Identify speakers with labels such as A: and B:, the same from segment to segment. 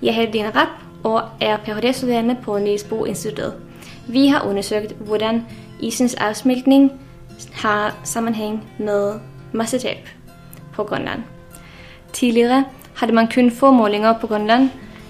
A: Jeg hedder Dina Rapp og er Ph.D.-studerende på Niels Bohr Instituttet. Vi har undersøgt, hvordan isens afsmeltning har sammenhæng med massetab på Grønland. Tidligere havde man kun få målinger på Grønland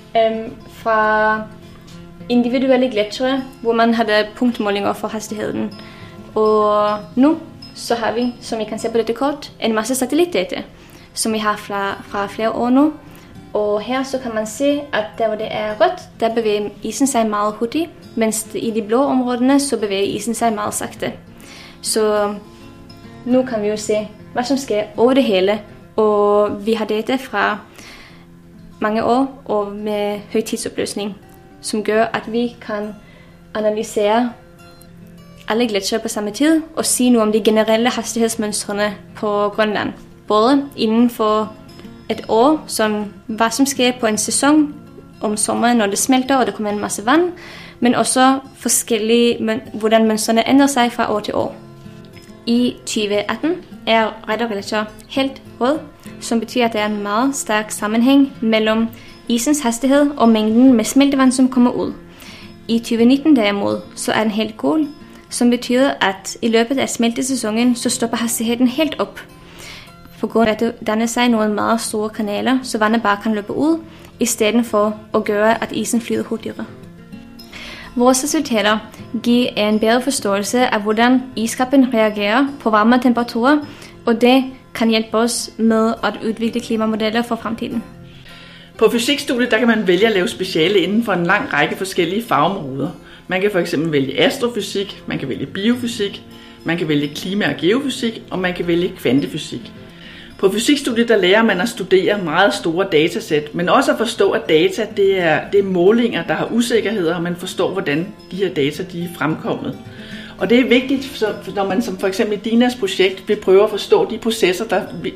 A: fra individuelle gletsjere, hvor man havde punktmålinger for hastigheden. Og nu så har vi, som I kan se på dette kort, en masse satellitdata, som vi har fra flere år nu. Og her så kan man se, at der hvor det er rødt, der bevæger isen sig meget hurtigt, mens i de blå områderne så bevæger isen sig meget sagte. Så nu kan vi jo se, hvad som sker over det hele, og vi har data fra mange år og med høj tidsopløsning, som gør, at vi kan analysere alle gletsjere på samme tid og sige noget om de generelle hastighedsmønstrene på Grønland. Både inden for et år, hvad som sker på en sæson om sommeren, når det smelter og der kommer en masse vand, men også forskellige, hvordan mønstrene ændrer sig fra år til år. I 2018 er Reidar Gletsjer helt rød, som betyder, at der er en meget stærk sammenhæng mellem isens hastighed og mængden med smeltevand, som kommer ud. I 2019 derimod, så er den helt gul, som betyder, at i løbet af smeltesæsonen, så stopper hastigheden helt op. På grund af, at det danner sig nogle meget store kanaler, så vandet bare kan løbe ud, i stedet for at gøre, at isen flyder hurtigere. Vores resultater giver en bedre forståelse af, hvordan iskappen reagerer på varme temperaturer, og det kan hjælpe os med at udvikle klimamodeller for fremtiden.
B: På fysikstudiet der kan man vælge at lave speciale inden for en lang række forskellige fagområder. Man kan f.eks. vælge astrofysik, man kan vælge biofysik, man kan vælge klima- og geofysik, og man kan vælge kvantefysik. På fysikstudiet der lærer man at studere meget store datasæt, men også at forstå, at data det er målinger, der har usikkerheder, og man forstår, hvordan de her data de er fremkommet. Og det er vigtigt, når man som for eksempel i Dinas projekt vil prøve at forstå de processer,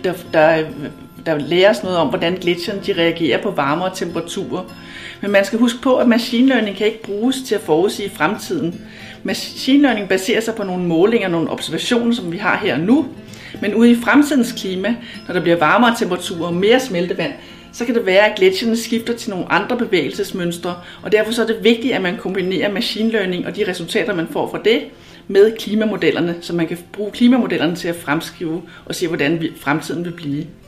B: der lærer os noget om, hvordan gletsjerne de reagerer på varmere temperaturer. Men man skal huske på, at machine learning kan ikke bruges til at forudsige fremtiden. Machine learning baserer sig på nogle målinger, nogle observationer, som vi har her og nu. Men ude i fremtidens klima, når der bliver varmere temperaturer og mere smeltevand, så kan det være, at gletsjerne skifter til nogle andre bevægelsesmønstre, og derfor så er det vigtigt, at man kombinerer machine learning og de resultater, man får fra det, med klimamodellerne, så man kan bruge klimamodellerne til at fremskrive og se, hvordan fremtiden vil blive.